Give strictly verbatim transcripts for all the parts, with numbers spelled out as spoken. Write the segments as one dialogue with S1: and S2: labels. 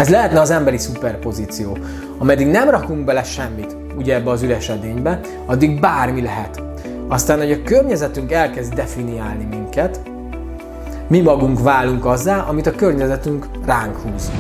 S1: Ez lehetne az emberi szuperpozíció. Ameddig nem rakunk bele semmit, ugye ebbe az üres edénybe, addig bármi lehet. Aztán, hogy a környezetünk elkezd definiálni minket, mi magunk válunk azzá, amit a környezetünk ránk húz.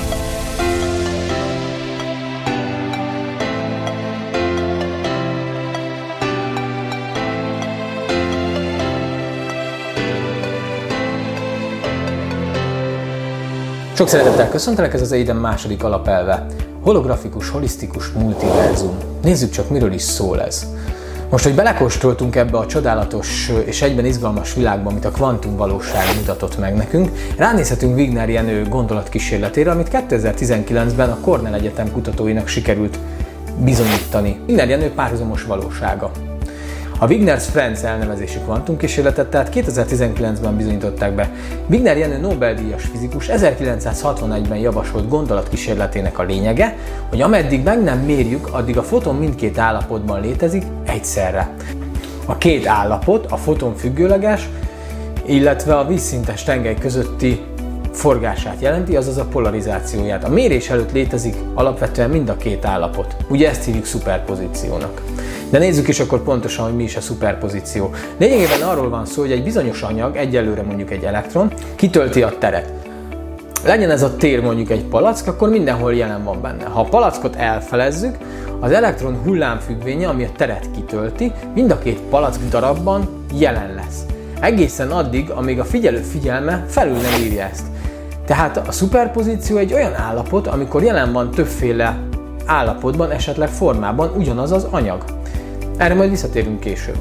S1: Sok szeretettel köszöntelek, ez az Aiden második alapelve. Holografikus, holisztikus multiverzum. Nézzük csak, miről is szól ez. Most, hogy belekóstoltunk ebbe a csodálatos és egyben izgalmas világba, amit a kvantumvalóság mutatott meg nekünk, ránézhetünk Wigner Jenő gondolatkísérletére, amit kétezer-tizenkilencben a Cornell Egyetem kutatóinak sikerült bizonyítani. Wigner Jenő párhuzamos valósága. A Wigner's Friends elnevezésű kvantumkísérletet tehát kétezer-tizenkilencben bizonyították be. Wigner Jenő Nobel-díjas fizikus ezerkilencszázhatvanegyben javasolt gondolatkísérletének a lényege, hogy ameddig meg nem mérjük, addig a foton mindkét állapotban létezik egyszerre. A két állapot, a foton függőleges, illetve a vízszintes tengely közötti forgását jelenti, azaz a polarizációját. A mérés előtt létezik alapvetően mind a két állapot. Ugye ezt hívjuk szuperpozíciónak. De nézzük is akkor pontosan, hogy mi is a szuperpozíció. Lényegében arról van szó, hogy egy bizonyos anyag, egyelőre mondjuk egy elektron, kitölti a teret. Legyen ez a tér mondjuk egy palack, akkor mindenhol jelen van benne. Ha a palackot elfelezzük, az elektron hullámfüggvénye, ami a teret kitölti, mind a két palack darabban jelen lesz. Egészen addig, amíg a figyelő figyelme felül nem írja ezt. Tehát a szuperpozíció egy olyan állapot, amikor jelen van többféle állapotban, esetleg formában ugyanaz az anyag. Erre majd visszatérünk később.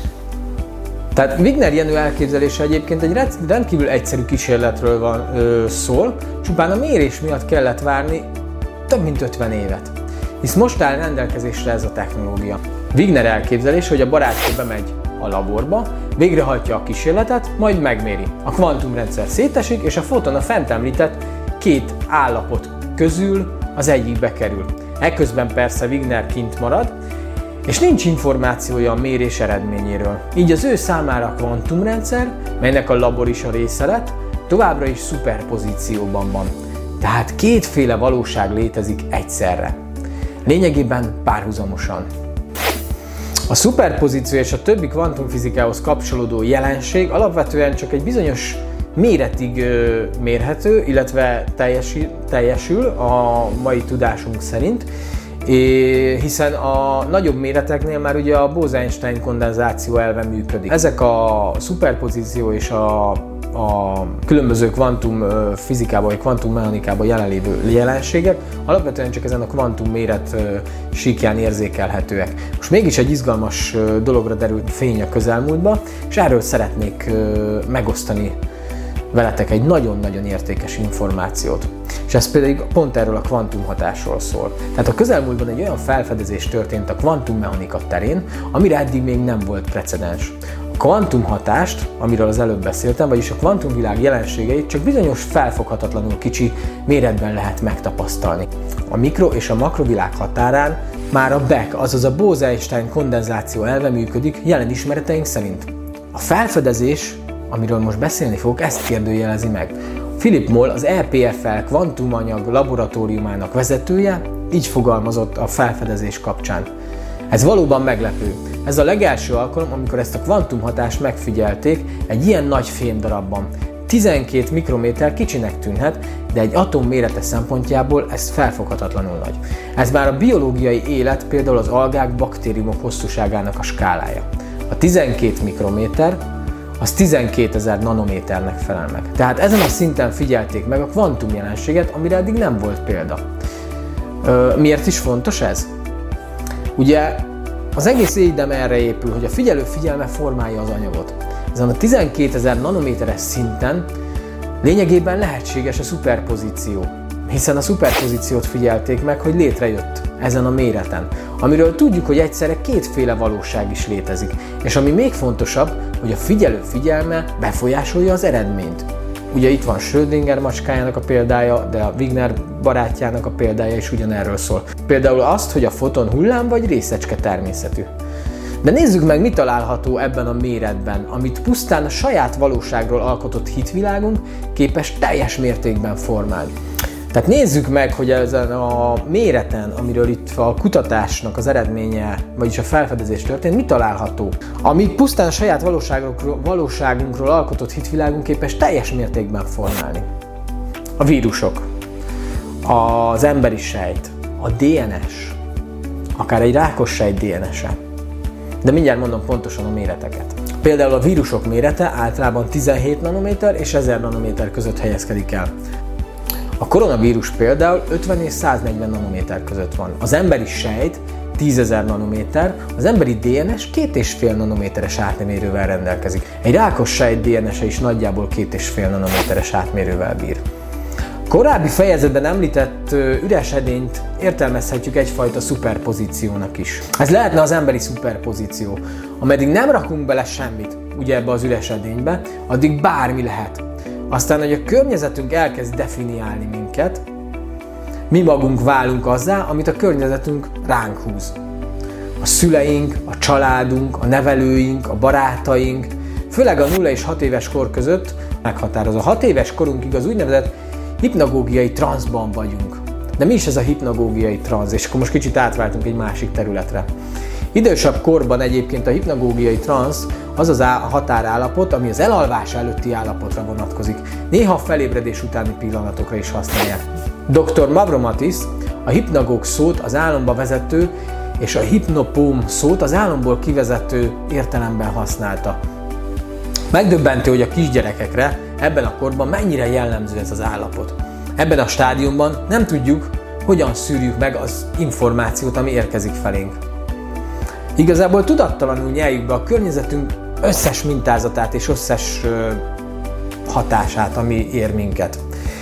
S1: Tehát Wigner Jenő elképzelése egyébként egy rendkívül egyszerű kísérletről van, ö, szól, csupán a mérés miatt kellett várni több mint ötven évet. Hisz most áll rendelkezésre ez a technológia. Wigner elképzelése, hogy a barátja bemegy a laborba, végrehajtja a kísérletet, majd megméri. A kvantumrendszer szétesik, és a foton a fent említett két állapot közül az egyikbe kerül. Ekközben persze Wigner kint marad, és nincs információja a mérés eredményéről. Így az ő számára a kvantumrendszer, melynek a labor is a része lett, továbbra is szuperpozícióban van. Tehát kétféle valóság létezik egyszerre. Lényegében párhuzamosan. A szuperpozíció és a többi kvantumfizikához kapcsolódó jelenség alapvetően csak egy bizonyos méretig ö, mérhető, illetve teljesül, teljesül a mai tudásunk szerint, É, hiszen a nagyobb méreteknél már ugye a Bose-Einstein kondenzáció elve működik. Ezek a szuperpozíció és a, a különböző kvantumfizikában vagy kvantummechanikában jelenlévő jelenségek alapvetően csak ezen a kvantum méret síkján érzékelhetőek. Most mégis egy izgalmas dologra derült fény a közelmúltba, és erről szeretnék megosztani veletek egy nagyon-nagyon értékes információt. És ez pedig pont erről a kvantumhatásról szól. Tehát a közelmúltban egy olyan felfedezés történt a kvantummechanika terén, amire eddig még nem volt precedens. A kvantumhatást, amiről az előbb beszéltem, vagyis a kvantumvilág jelenségeit csak bizonyos felfoghatatlanul kicsi méretben lehet megtapasztalni. A mikro- és a makrovilág határán már a Beck, azaz a Bose-Einstein kondenzáció elve működik jelen ismereteink szerint. A felfedezés, amiről most beszélni fogok, ezt kérdőjelezi meg. Philip Moll, az E P F L kvantumanyag laboratóriumának vezetője így fogalmazott a felfedezés kapcsán. Ez valóban meglepő. Ez a legelső alkalom, amikor ezt a kvantumhatást megfigyelték egy ilyen nagy fémdarabban. tizenkét mikrométer kicsinek tűnhet, de egy atom mérete szempontjából ez felfoghatatlanul nagy. Ez már a biológiai élet, például az algák, baktériumok hosszúságának a skálája. A tizenkét mikrométer az tizenkétezer nanométernek felel meg. Tehát ezen a szinten figyelték meg a kvantum jelenséget, amire eddig nem volt példa. Ö, miért is fontos ez? Ugye az egész égyem erre épül, hogy a figyelő figyelme formálja az anyagot. Ezen a tizenkétezer nanométeres szinten lényegében lehetséges a szuperpozíció, hiszen a szuperpozíciót figyelték meg, hogy létrejött ezen a méreten, amiről tudjuk, hogy egyszerre kétféle valóság is létezik, és ami még fontosabb, hogy a figyelő figyelme befolyásolja az eredményt. Ugye itt van Schrödinger macskájának a példája, de a Wigner barátjának a példája is ugyanerről szól. Például azt, hogy a foton hullám vagy részecske természetű. De nézzük meg, mi található ebben a méretben, amit pusztán a saját valóságról alkotott hitvilágunk képes teljes mértékben formálni. Tehát nézzük meg, hogy ezen a méreten, amiről itt a kutatásnak az eredménye, vagyis a felfedezés történt, mi található? Ami pusztán a saját valóságunkról, valóságunkról alkotott hitvilágunk képes teljes mértékben formálni. A vírusok, az emberi sejt, a dé en es, akár egy rákos sejt dé en es-e. De mindjárt mondom pontosan a méreteket. Például a vírusok mérete általában tizenhét nanométer és ezer nanométer között helyezkedik el. A koronavírus például ötven és száznegyven nanométer között van. Az emberi sejt tízezer nanométer, az emberi dé en es két egész öt nanométeres átmérővel rendelkezik. Egy rákos sejt dé en es-e is nagyjából két egész öt nanométeres átmérővel bír. Korábbi fejezetben említett üres edényt értelmezhetjük egyfajta szuperpozíciónak is. Ez lehetne az emberi szuperpozíció. Ameddig nem rakunk bele semmit, ugye ebbe az üres edénybe, addig bármi lehet. Aztán, hogy a környezetünk elkezd definiálni minket, mi magunk válunk azzá, amit a környezetünk ránk húz. A szüleink, a családunk, a nevelőink, a barátaink, főleg a nulla és hat éves kor között meghatározó. hat éves korunkig az úgynevezett hipnagógiai transzban vagyunk. De mi is ez a hipnagógiai transz? És akkor most kicsit átváltunk egy másik területre. Idősebb korban egyébként a hipnagógiai transz az az határállapot, ami az elalvás előtti állapotra vonatkozik. Néha a felébredés utáni pillanatokra is használják. doktor Mavromatis a hipnagóg szót az álomba vezető és a hipnopóm szót az álomból kivezető értelemben használta. Megdöbbentő, hogy a kisgyerekekre ebben a korban mennyire jellemző ez az állapot. Ebben a stádiumban nem tudjuk, hogyan szűrjük meg az információt, ami érkezik felénk. Igazából tudattalanul nyeljük be a környezetünk összes mintázatát és összes ö, hatását, ami ér minket.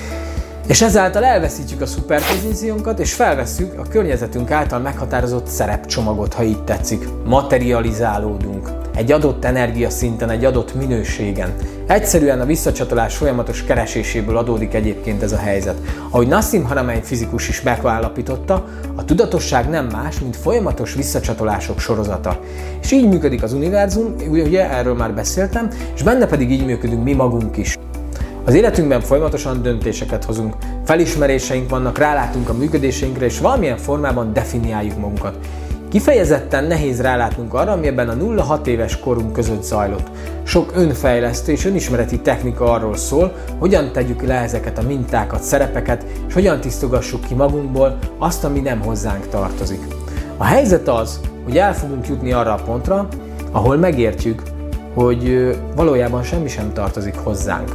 S1: És ezáltal elveszítjük a szuperpozíciónkat, és felvesszük a környezetünk által meghatározott szerepcsomagot, ha így tetszik. Materializálódunk egy adott energiaszinten, egy adott minőségen. Egyszerűen a visszacsatolás folyamatos kereséséből adódik egyébként ez a helyzet. Ahogy Nassim Haramein fizikus is megállapította, a tudatosság nem más, mint folyamatos visszacsatolások sorozata. És így működik az univerzum, ugye erről már beszéltem, és benne pedig így működünk mi magunk is. Az életünkben folyamatosan döntéseket hozunk, felismeréseink vannak, rálátunk a működéseinkre, és valamilyen formában definiáljuk magunkat. Kifejezetten nehéz rálátnunk arra, ami ebben a nulla-hat éves korunk között zajlott. Sok önfejlesztő és önismereti technika arról szól, hogyan tegyük le ezeket a mintákat, szerepeket, és hogyan tisztogassuk ki magunkból azt, ami nem hozzánk tartozik. A helyzet az, hogy el fogunk jutni arra a pontra, ahol megértjük, hogy valójában semmi sem tartozik hozzánk.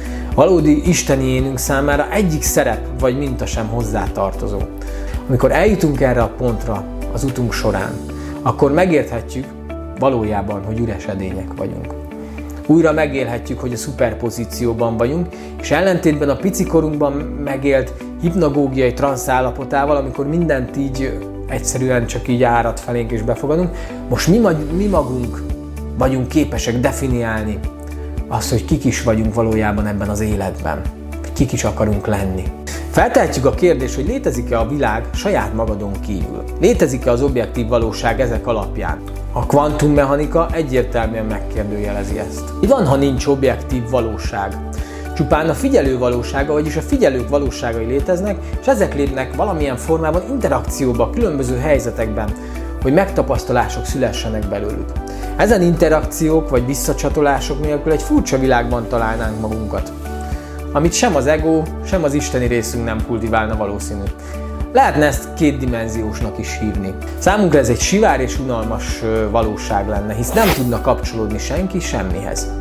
S1: Valódi isteni énünk számára egyik szerep vagy minta sem hozzátartozó. Amikor eljutunk erre a pontra az utunk során, akkor megérthetjük valójában, hogy üres edények vagyunk. Újra megélhetjük, hogy a szuperpozícióban vagyunk, és ellentétben a picikorunkban megélt hipnagógiai transz állapotával, amikor mindent így egyszerűen csak így árad felénk és befogadunk, most mi, mi magunk vagyunk képesek definiálni azt, hogy kik is vagyunk valójában ebben az életben, kik is akarunk lenni. Feltehetjük a kérdést, hogy létezik-e a világ saját magadon kívül? Létezik-e az objektív valóság ezek alapján? A kvantummechanika egyértelműen megkérdőjelezi ezt. Mi van, ha nincs objektív valóság? Csupán a figyelő valósága, vagyis a figyelők valóságai léteznek, és ezek lépnek valamilyen formában interakcióba különböző helyzetekben, hogy megtapasztalások szülessenek belőlük. Ezen interakciók vagy visszacsatolások nélkül egy furcsa világban találnánk magunkat, amit sem az ego, sem az isteni részünk nem kultiválna valószínű. Lehetne ezt kétdimenziósnak is hívni. Számunkra ez egy sivár és unalmas valóság lenne, hisz nem tudna kapcsolódni senki semmihez.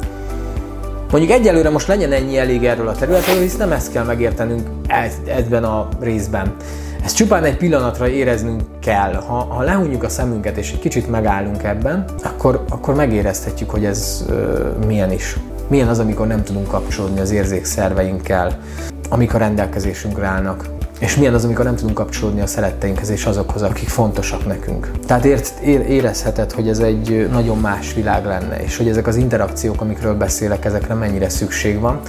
S1: Mondjuk egyelőre most legyen ennyi elég erről a területről, hisz nem ezt kell megértenünk ebben a részben. Ezt csupán egy pillanatra éreznünk kell. Ha, ha lehunjuk a szemünket és egy kicsit megállunk ebben, akkor, akkor megérezhetjük, hogy ez ö, milyen is. Milyen az, amikor nem tudunk kapcsolódni az érzékszerveinkkel, amik a rendelkezésünkre állnak. És milyen az, amikor nem tudunk kapcsolódni a szeretteinkhez és azokhoz, akik fontosak nekünk. Tehát ért, érezheted, hogy ez egy nagyon más világ lenne, és hogy ezek az interakciók, amikről beszélek, ezekre mennyire szükség van,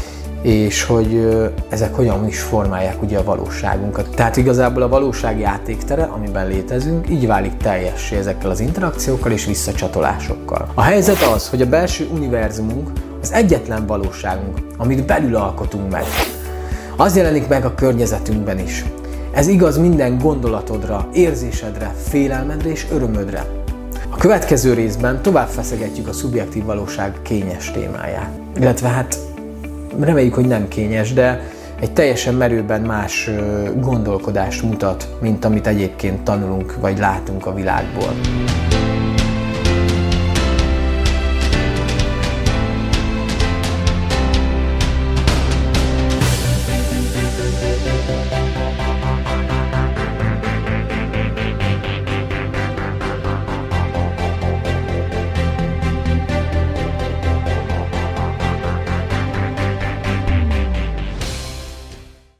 S1: és hogy ezek hogyan is formálják ugye a valóságunkat. Tehát igazából a valóság játéktere, amiben létezünk, így válik teljessé ezekkel az interakciókkal és visszacsatolásokkal. A helyzet az, hogy a belső univerzumunk az egyetlen valóságunk, amit belül alkotunk meg. Az jelenik meg a környezetünkben is. Ez igaz minden gondolatodra, érzésedre, félelmedre és örömödre. A következő részben tovább feszegetjük a szubjektív valóság kényes témáját. Illetve hát reméljük, hogy nem kényes, de egy teljesen merőben más gondolkodást mutat, mint amit egyébként tanulunk vagy látunk a világból.